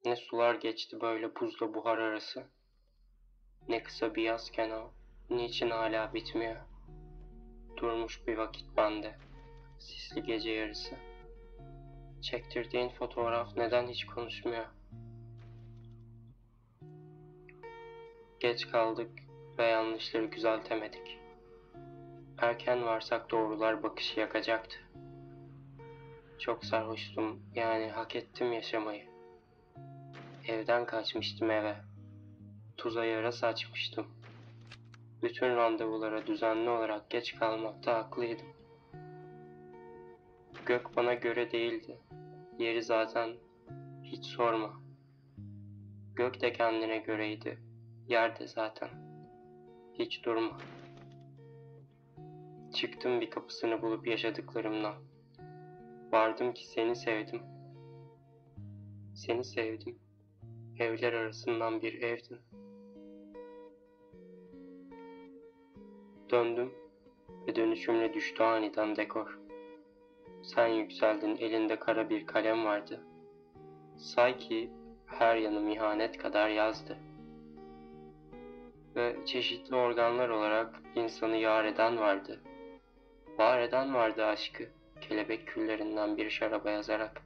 Ne sular geçti böyle buzla buhar arası. Ne kısa bir yazken o, niçin hala bitmiyor? Durmuş bir vakit bende, sisli gece yarısı. Çektirdiğin fotoğraf neden hiç konuşmuyor? Geç kaldık ve yanlışları düzeltemedik. Erken varsak doğrular bakışı yakacaktı. Çok sarhoştum, yani hak ettim yaşamayı. Evden kaçmıştım eve, tuza yara saçmıştım. Bütün randevulara düzenli olarak geç kalmakta haklıydım. Gök bana göre değildi, yeri zaten hiç sorma. Gök de kendine göreydi, yer de zaten. Hiç durma. Çıktım bir kapısını bulup yaşadıklarımdan. Vardım ki seni sevdim. Seni sevdim. Evler arasından bir evdin. Döndüm ve dönüşümle düştü aniden dekor. Sen yükseldin, elinde kara bir kalem vardı. Say ki her yanım ihanet kadar yazdı. Ve çeşitli organlar olarak insanı yar eden vardı. Var eden vardı aşkı, kelebek küllerinden bir şaraba yazarak.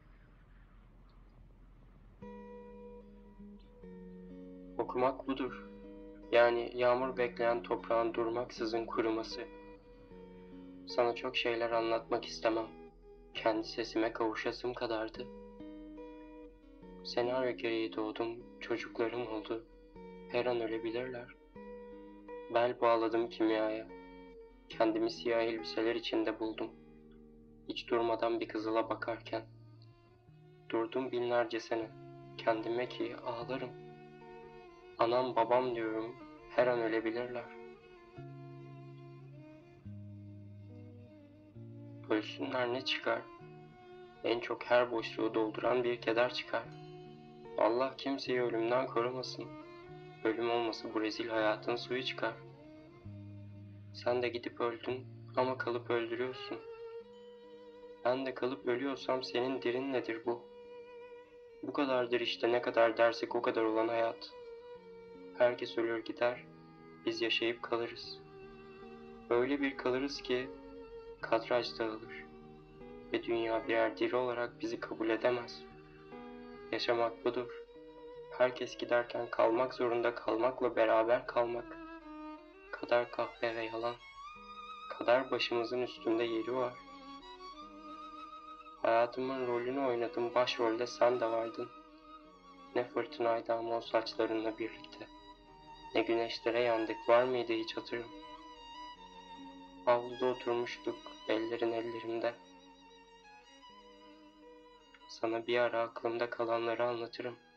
Okumak budur. Yani yağmur bekleyen toprağın durmaksızın kuruması. Sana çok şeyler anlatmak istemem. Kendi sesime kavuşasım kadardı. Senaryo gereği doğdum, çocuklarım oldu. Her an ölebilirler. Bel bağladım kimyaya. Kendimi siyah elbiseler içinde buldum. Hiç durmadan bir kızıla bakarken. Durdum binlerce sene. Kendime ki ağlarım. Anam babam diyorum, her an ölebilirler. Ölsünler ne çıkar? En çok her boşluğu dolduran bir keder çıkar. Allah kimseyi ölümden korumasın. Ölüm olmasa bu rezil hayatın suyu çıkar. Sen de gidip öldün ama kalıp öldürüyorsun. Ben de kalıp ölüyorsam senin dirin nedir bu? Bu kadardır işte, ne kadar dersek o kadar olan hayat. Herkes ölür gider, biz yaşayıp kalırız. Öyle bir kalırız ki kadraj dağılır ve dünya birer diri olarak bizi kabul edemez. Yaşamak budur. Herkes giderken kalmak zorunda kalmakla beraber kalmak. Kader kahve ve yalan. Kader başımızın üstünde yeri var. Hayatımın rolünü oynadım, başrolde sen de vardın. Ne fırtınaydı ama o saçlarınla birlikte. Ne güneşlere yandık, var mıydı hiç hatırım? Avluda oturmuştuk, ellerin ellerimde. Sana bir ara aklımda kalanları anlatırım.